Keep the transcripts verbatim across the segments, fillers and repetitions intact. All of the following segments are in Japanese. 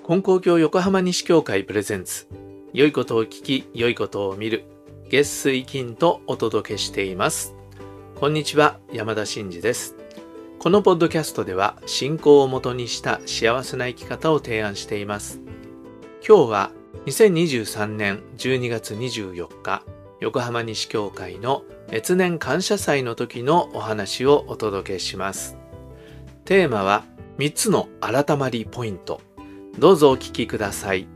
金光教横浜西教会プレゼンツ、良いことを聞き良いことを見る、月水金とお届けしています。こんにちは、山田真嗣です。このポッドキャストでは信仰をもとにした幸せな生き方を提案しています。今日はにせんにじゅうさんねんじゅうにがつにじゅうよっか、横浜西教会の越年感謝祭の時のお話をお届けします。テーマはみっつの改まりポイント。どうぞお聞きください。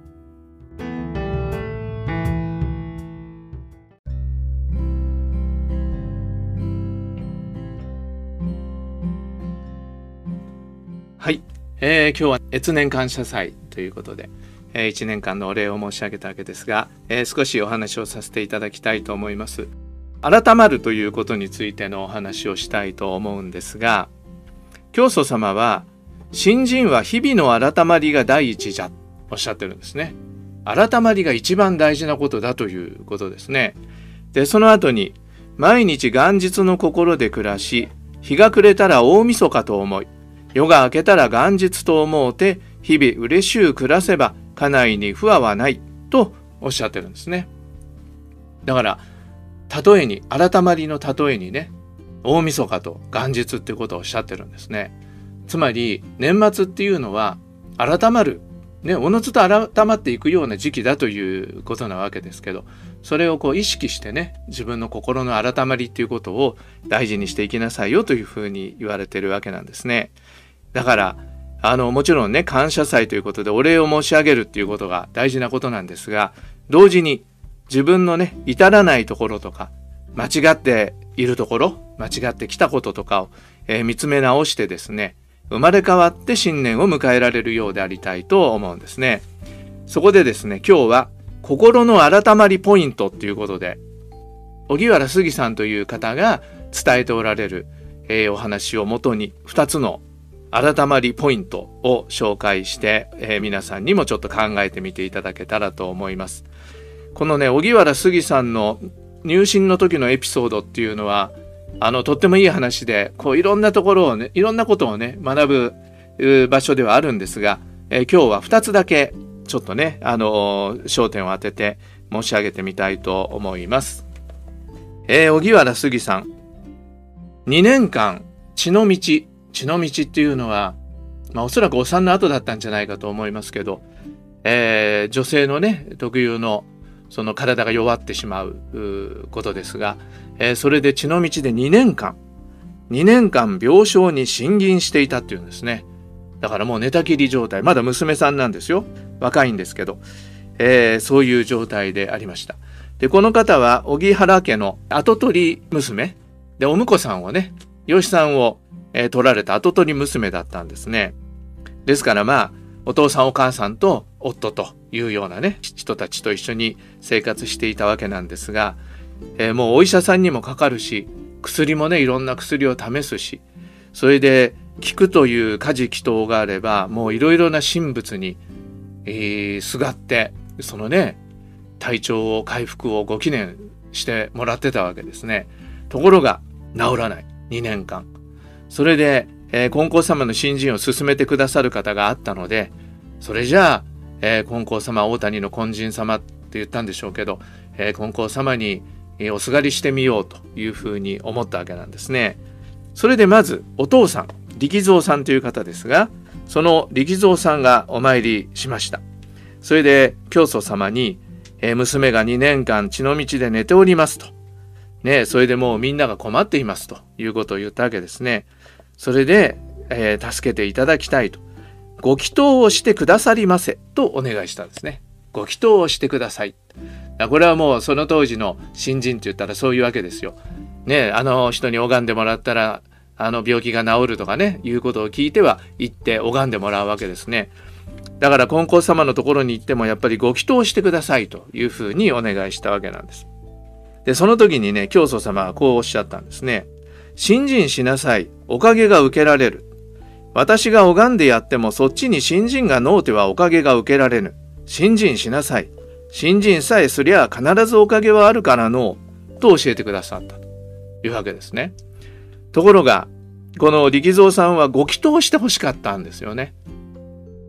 はい、えー、今日は越年感謝祭ということで、えー、いちねんかんのお礼を申し上げたわけですが、えー、少しお話をさせていただきたいと思います。改まるということについてのお話をしたいと思うんですが、教祖様は信心は日々の改まりが第一じゃおっしゃってるんですね。改まりが一番大事なことだということですね。で、その後に毎日元日の心で暮らし、日が暮れたら大晦日と思い、夜が明けたら元日と思うて、日々嬉しゅう暮らせば家内に不和はないとおっしゃってるんですね。だから例えに改まりの例えにね、大晦日と元日っていうことをおっしゃってるんですね。つまり年末っていうのは改まる、ね、おのずと改まっていくような時期だということなわけですけど、それをこう意識してね、自分の心の改まりっていうことを大事にしていきなさいよというふうに言われてるわけなんですね。だからあのもちろんね、感謝祭ということでお礼を申し上げるっていうことが大事なことなんですが、同時に自分のね、至らないところとか間違っているところ、間違ってきたこととかを、えー、見つめ直してですね、生まれ変わって新年を迎えられるようでありたいと思うんですね。そこでですね、今日は心の改まりポイントということで、荻原杉さんという方が伝えておられる、えー、お話をもとにふたつの改まりポイントを紹介して、えー、皆さんにもちょっと考えてみていただけたらと思います。このね、荻原杉さんの入信の時のエピソードっていうのは、あのとってもいい話で、こういろんなところをね、いろんなことをね学ぶ場所ではあるんですが、えー、今日はふたつだけちょっとね、あのー、焦点を当てて申し上げてみたいと思います。えー、荻原杉さん、にねんかん血の道、血の道っていうのは、まあ、おそらくお産の後だったんじゃないかと思いますけど、えー、女性のね特有のその体が弱ってしまうことですが、えー、それで血の道でにねんかんにねんかん病床に呻吟していたっていうんですね。だからもう寝たきり状態、まだ娘さんなんですよ、若いんですけど、えー、そういう状態でありました。で、この方は荻原家の跡取り娘で、お婿さんをね、養子さんを、えー、取られた跡取り娘だったんですね。ですからまあお父さんお母さんと夫というようなね、人たちと一緒に生活していたわけなんですが、えー、もうお医者さんにもかかるし、薬もね、いろんな薬を試すし、それで効くという家事祈祷があれば、もういろいろな神仏に、えー、すがってそのね、体調を回復をご祈念してもらってたわけですね。ところが治らない、にねんかん。それで、えー、金光様の信心を勧めてくださる方があったので、それじゃあ、えー、金光様、大谷の金神様って言ったんでしょうけど、えー、金光様に、えー、おすがりしてみようというふうに思ったわけなんですね。それでまずお父さん、力蔵さんという方ですが、その力蔵さんがお参りしました。それで教祖様に、えー、娘がにねんかん血の道で寝ておりますと、ね、それでもうみんなが困っていますということを言ったわけですね。それで、えー、助けていただきたいと、ご祈祷をしてくださりませとお願いしたんですね。ご祈祷をしてください。これはもうその当時の信心って言ったらそういうわけですよ。ね、あの人に拝んでもらったらあの病気が治るとかね、いうことを聞いては行って拝んでもらうわけですね。だから金光様のところに行ってもやっぱりご祈祷してくださいというふうにお願いしたわけなんです。で、その時にね、教祖様はこうおっしゃったんですね。信心しなさい。おかげが受けられる。私が拝んでやってもそっちに信心がのうてはおかげが受けられぬ。信心しなさい。信心さえすりゃ必ずおかげはあるからのうと教えてくださったというわけですね。ところがこの力蔵さんはご祈祷してほしかったんですよね。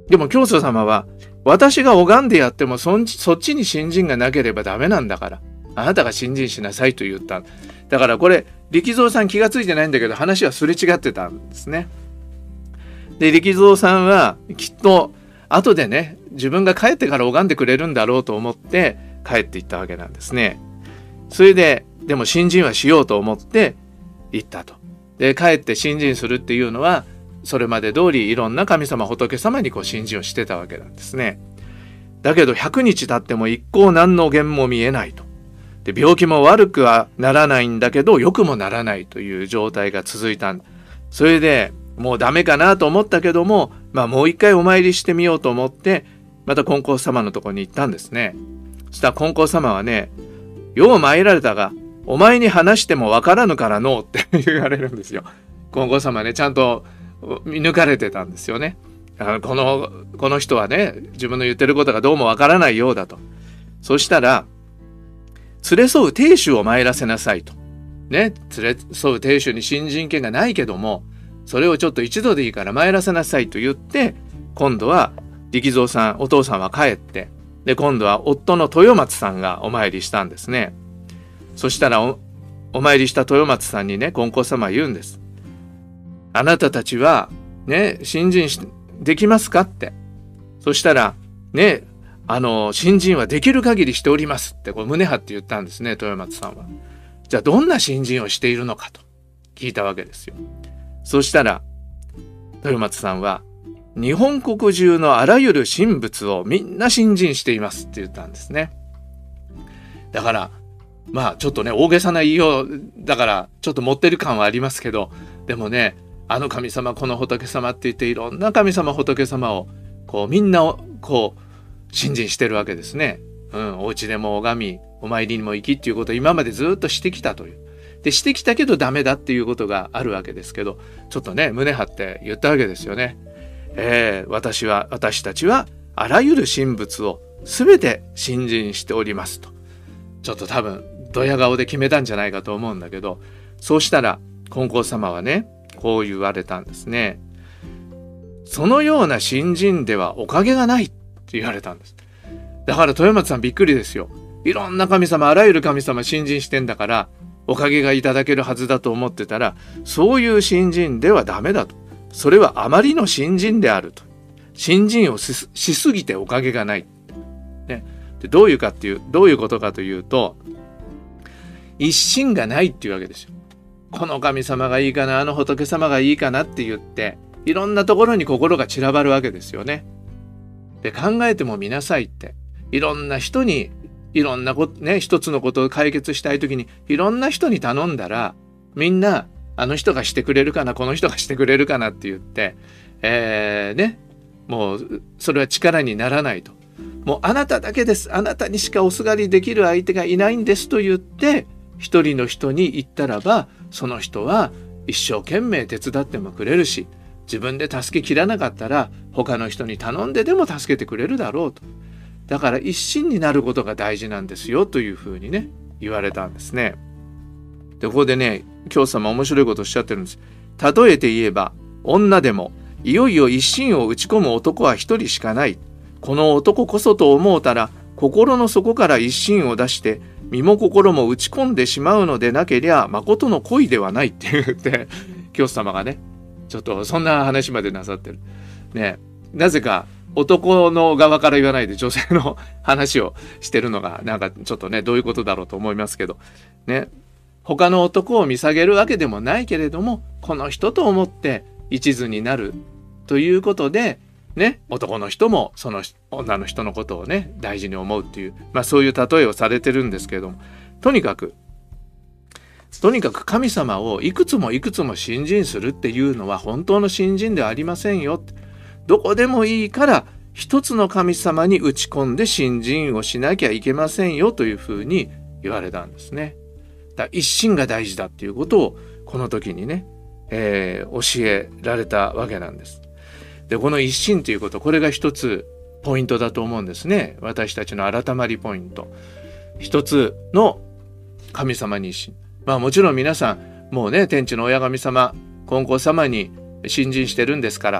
でも教祖様は、私が拝んでやってもそんそっちに信心がなければダメなんだから、あなたが信心しなさいと言った。だからこれ力蔵さん気がついてないんだけど、話はすれ違ってたんですね。で力蔵さんはきっと後でね、自分が帰ってから拝んでくれるんだろうと思って帰っていったわけなんですね。それででも信心はしようと思って行ったと。で帰って信心するっていうのは、それまで通りいろんな神様仏様にこう信心をしてたわけなんですね。だけどひゃくにち経っても一向何の源も見えないと。で病気も悪くはならないんだけど良くもならないという状態が続いた。それでもうダメかなと思ったけども、まあもう一回お参りしてみようと思ってまた金光様のところに行ったんですね。そしたら金光様はね、よう参られたがお前に話してもわからぬからのうって言われるんですよ。金光様ね、ちゃんと見抜かれてたんですよね。あのこのこの人はね、自分の言ってることがどうもわからないようだと。そしたら連れ添う亭主を参らせなさいと。ね、連れ添う亭主に信心権がないけども、それをちょっと一度でいいから参らせなさいと言って、今度は力蔵さん、お父さんは帰って、で今度は夫の豊松さんがお参りしたんですね。そしたら お, お参りした豊松さんにね、金光様は言うんです。あなたたちはね、信心しできますかって。そしたらね、あの信心はできる限りしておりますってこう胸張って言ったんですね、豊松さんは。じゃあどんな信心をしているのかと聞いたわけですよ。そしたら豊松さんは、日本国中のあらゆる神仏をみんな信心していますって言ったんですね。だからまあちょっとね、大げさな言いようだからちょっと持ってる感はありますけど、でもね、あの神様この仏様って言っていろんな神様仏様をこうみんなをこう信心してるわけですね。うん、お家でも拝みお参りにも行きっていうことを今までずっとしてきたという。でしてきたけどダメだっていうことがあるわけですけど、ちょっとね胸張って言ったわけですよね。えー、私は私たちはあらゆる神仏を全て信心しておりますと。ちょっと多分ドヤ顔で決めたんじゃないかと思うんだけど、そうしたら金光様はね、こう言われたんですね。そのような信心ではおかげがないって言われたんです。だから豊松さんびっくりですよ。いろんな神様、あらゆる神様信心してんだからおかげがいただけるはずだと思ってたら、そういう信心ではダメだと。それはあまりの信心であると。信心を し, しすぎておかげがない、ね、でどういうかっていうどういうことかというと、一心がないっていうわけですよ。この神様がいいかな、あの仏様がいいかなって言っていろんなところに心が散らばるわけですよね。で考えてもみなさいって、いろんな人にいろんなことね、一つのことを解決したいときにいろんな人に頼んだら、みんなあの人がしてくれるかな、この人がしてくれるかなって言って、えー、ね、もうそれは力にならないと。もうあなただけです、あなたにしかおすがりできる相手がいないんですと言って一人の人に言ったらば、その人は一生懸命手伝ってもくれるし、自分で助けきらなかったら他の人に頼んででも助けてくれるだろうと。だから一心になることが大事なんですよというふうにね言われたんですね。でここでね、教祖様面白いことをおっしゃってるんです。例えて言えば女でもいよいよ一心を打ち込む男は一人しかない。この男こそと思うたら心の底から一心を出して身も心も打ち込んでしまうのでなけりゃ誠の恋ではないって言って教祖様がねちょっとそんな話までなさってるね。なぜか男の側から言わないで女性の話をしてるのがなんかちょっとねどういうことだろうと思いますけどね。他の男を見下げるわけでもないけれども、この人と思って一途になるということでね、男の人もその女の人のことをね大事に思うっていう、まあそういう例えをされてるんですけれども、とにかくとにかく神様をいくつもいくつも信心するっていうのは本当の信心ではありませんよ。どこでもいいから一つの神様に打ち込んで信心をしなきゃいけませんよというふうに言われたんですね。だから一心が大事だっていうことをこの時にね、えー、教えられたわけなんです。でこの一心ということ、これが一つポイントだと思うんですね。私たちの改まりポイント、一つの神様に一心。まあもちろん皆さんもうね天地の親神様金光様に信心してるんですから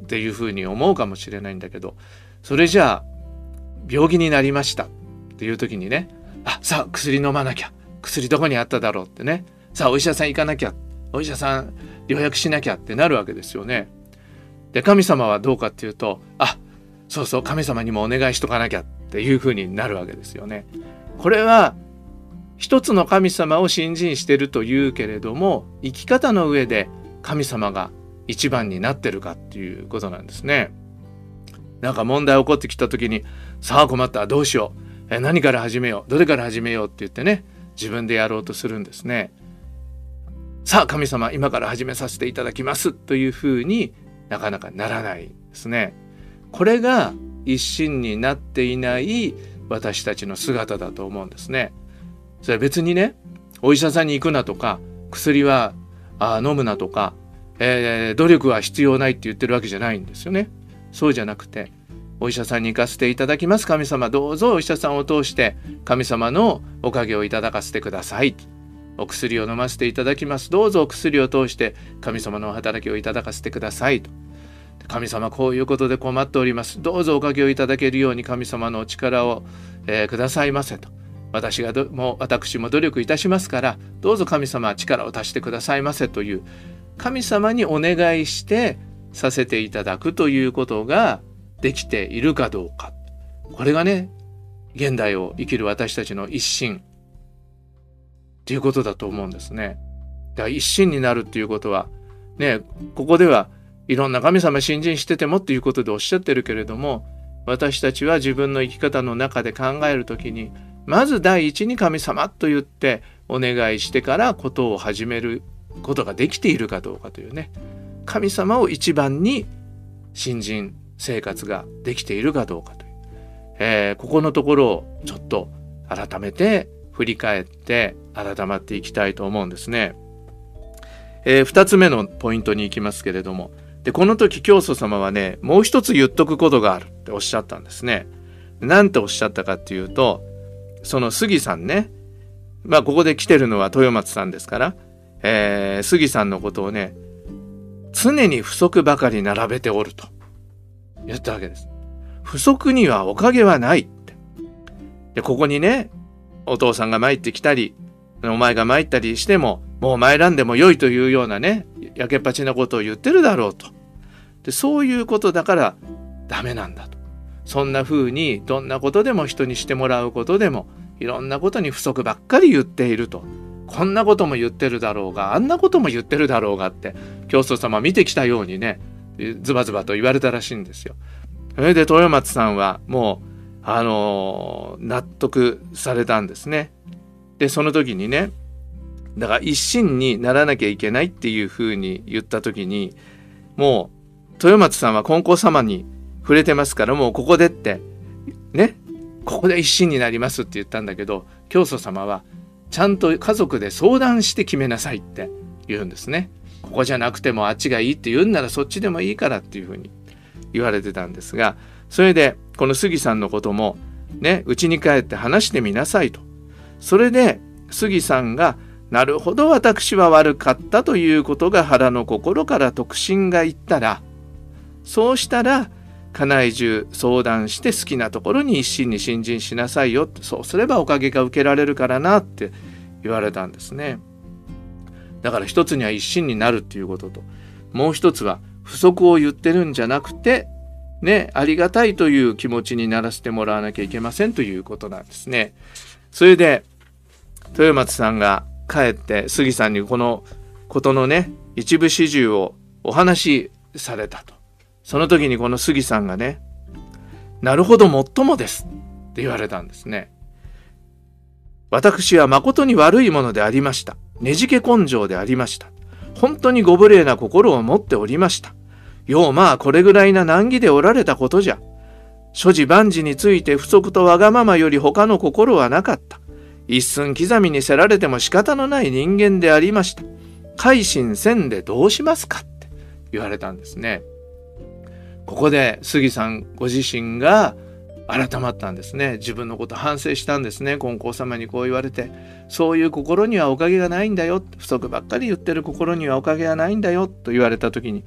っていうふうに思うかもしれないんだけど、それじゃあ病気になりましたっていう時にね、あ、さあ薬飲まなきゃ、薬どこにあっただろうってね、さあお医者さん行かなきゃ、お医者さん予約しなきゃってなるわけですよね。で神様はどうかっていうと、あ、そうそう、神様にもお願いしとかなきゃっていうふうになるわけですよね。これは一つの神様を信心してるというけれども、生き方の上で神様が一番になってるかっていうことなんですね。なんか問題起こってきた時に、さあ困った、どうしよう、え何から始めよう、どれから始めようって言ってね、自分でやろうとするんですね。さあ神様、今から始めさせていただきますというふうになかなかならないですね。これが一心になっていない私たちの姿だと思うんですね。それは別にね、お医者さんに行くなとか、薬はあ飲むなとか、えー、努力は必要ないって言ってるわけじゃないんですよね。そうじゃなくて、お医者さんに行かせていただきます、神様どうぞお医者さんを通して神様のおかげをいただかせてください。お薬を飲ませていただきます、どうぞお薬を通して神様のお働きをいただかせてくださいと。神様こういうことで困っております、どうぞおかげをいただけるように神様のお力を、えー、くださいませと。私がども私も努力いたしますから、どうぞ神様力を足してくださいませという、神様にお願いしてさせていただくということができているかどうか、これがね、現代を生きる私たちの一心ということだと思うんですね。だから一心になるっていうことはね、ここではいろんな神様信心しててもっていうことでおっしゃってるけれども、私たちは自分の生き方の中で考えるときに、まず第一に神様と言ってお願いしてからことを始めることができているかどうかというね、神様を一番に信心生活ができているかどうかという、えー、ここのところをちょっと改めて振り返って改まっていきたいと思うんですね。えー、ふたつめのポイントに行きますけれども、でこの時教祖様はね、もう一つ言っとくことがあるっておっしゃったんですね。なんておっしゃったかっていうと、その杉さんね、まあここで来てるのは豊松さんですから、えー、杉さんのことをね、常に不足ばかり並べておると言ったわけです。不足にはおかげはないって。でここにね、お父さんが参ってきたり、お前が参ったりしても、もう参らんでもよいというようなね、やけっぱちなことを言ってるだろうと。でそういうことだからダメなんだと。そんな風にどんなことでも人にしてもらうことでも、いろんなことに不足ばっかり言っていると。こんなことも言ってるだろうが、あんなことも言ってるだろうがって教祖様見てきたようにね、ズバズバと言われたらしいんですよ。それで豊松さんはもうあのー、納得されたんですね。でその時にね、だから一心にならなきゃいけないっていう風に言った時に、もう豊松さんは金光様に触れてますから、もうここでってね、ここで一心になりますって言ったんだけど、教祖様はちゃんと家族で相談して決めなさいって言うんですね。ここじゃなくてもあっちがいいって言うんならそっちでもいいからっていうふうに言われてたんですが、それでこの杉さんのこともね、家に帰って話してみなさいと。それで杉さんが、なるほど私は悪かったということが腹の心から特進がいったら、そうしたら家内中相談して好きなところに一心に信心しなさいよって、そうすればおかげが受けられるからなって言われたんですね。だから一つには一心になるっていうことと、もう一つは不足を言ってるんじゃなくてね、ありがたいという気持ちにならせてもらわなきゃいけませんということなんですね。それで豊松さんが帰って杉さんにこのことのね、一部始終をお話しされたと。その時にこの杉さんがね、なるほどもっともですって言われたんですね。私は誠に悪いものでありました。ねじけ根性でありました。本当にご無礼な心を持っておりました。ようまあこれぐらいな難儀でおられたことじゃ。諸事万事について不足とわがままより他の心はなかった。一寸刻みにせられても仕方のない人間でありました。改心せんでどうしますかって言われたんですね。ここで杉さんご自身が改まったんですね。自分のこと反省したんですね。金光様にこう言われて、そういう心にはおかげがないんだよ、不足ばっかり言ってる心にはおかげがないんだよと言われた時に、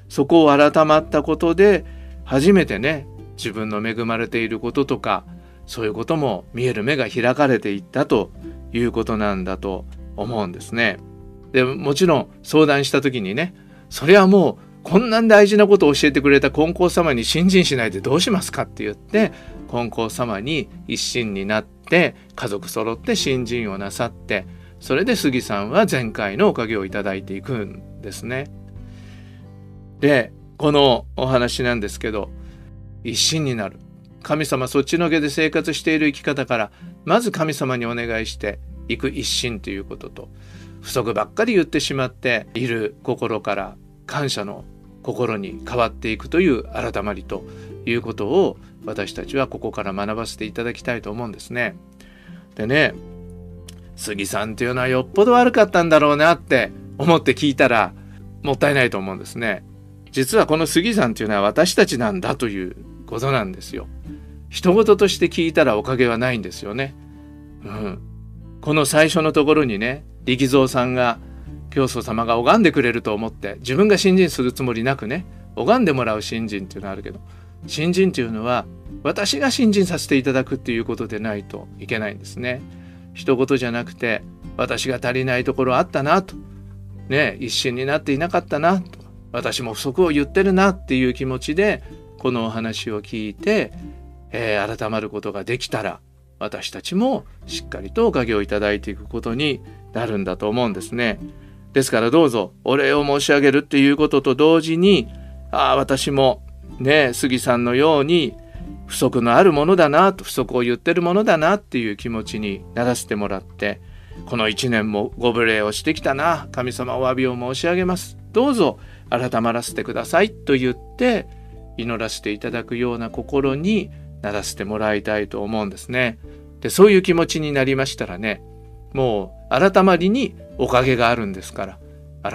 そこを改まったことで初めてね、自分の恵まれていることとか、そういうことも見える目が開かれていったということなんだと思うんですね。でもちろん相談した時にね、それはもうこんな大事なことを教えてくれた金光様に信心しないでどうしますかって言って、金光様に一心になって家族揃って信心をなさって、それで杉さんは前回のおかげをいただいていくんですね。でこのお話なんですけど、一心になる、神様そっちのけで生活している生き方からまず神様にお願いしていく一心ということと、不足ばっかり言ってしまっている心から感謝の心に変わっていくという改まりということを、私たちはここから学ばせていただきたいと思うんですね。でね、杉さんっていうのはよっぽど悪かったんだろうなって思って聞いたらもったいないと思うんですね。実はこの杉さんっていうのは私たちなんだということなんですよ。人事として聞いたらおかげはないんですよね。うん、この最初のところにね、力蔵さんが教祖様が拝んでくれると思って自分が信心するつもりなくね、拝んでもらう信心っていうのはあるけど、信心っていうのは私が信心させていただくっていうことでないといけないんですね。一言じゃなくて、私が足りないところあったなとね、一心になっていなかったなと、私も不足を言ってるなっていう気持ちでこのお話を聞いて、えー、改まることができたら、私たちもしっかりとおかげをいただいていくことになるんだと思うんですね。ですからどうぞお礼を申し上げるっていうことと同時に、ああ私もね、杉さんのように不足のあるものだなと、不足を言ってるものだなっていう気持ちにならせてもらって、この一年もご無礼をしてきたな、神様お詫びを申し上げます、どうぞ改まらせてくださいと言って祈らせていただくような心にならせてもらいたいと思うんですね。でそういう気持ちになりましたらね、もう改まりにおかげがあるんですから、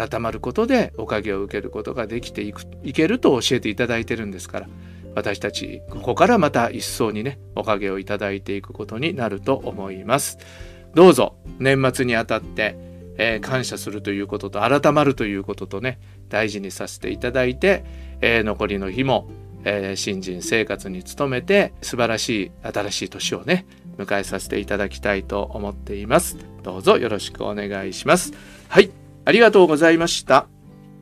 改まることでおかげを受けることができていくいけると教えていただいてるんですから、私たちここからまた一層にねおかげをいただいていくことになると思います。どうぞ年末にあたって、えー、感謝するということと改まるということとね、大事にさせていただいて、えー、残りの日も、えー、新人生活に努めて素晴らしい新しい年をね迎えさせていただきたいと思っています。どうぞよろしくお願いします。はい、ありがとうございました。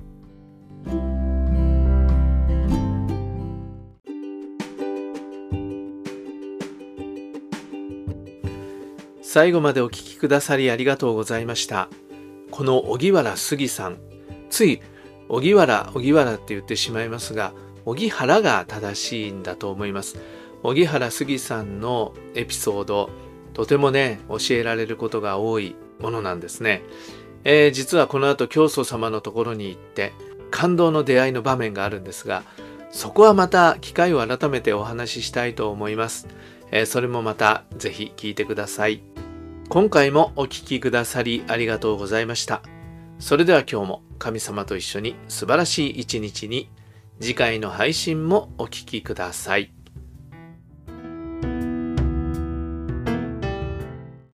最後までお聞きくださりありがとうございました。この荻原杉さん、つい荻原荻原って言ってしまいますが、荻原が正しいんだと思います。荻原杉さんのエピソード、とてもね教えられることが多いものなんですね。えー、実はこの後教祖様のところに行って感動の出会いの場面があるんですが、そこはまた機会を改めてお話ししたいと思います。えー、それもまたぜひ聞いてください。今回もお聞きくださりありがとうございました。それでは今日も神様と一緒に素晴らしい一日に、次回の配信もお聞きください。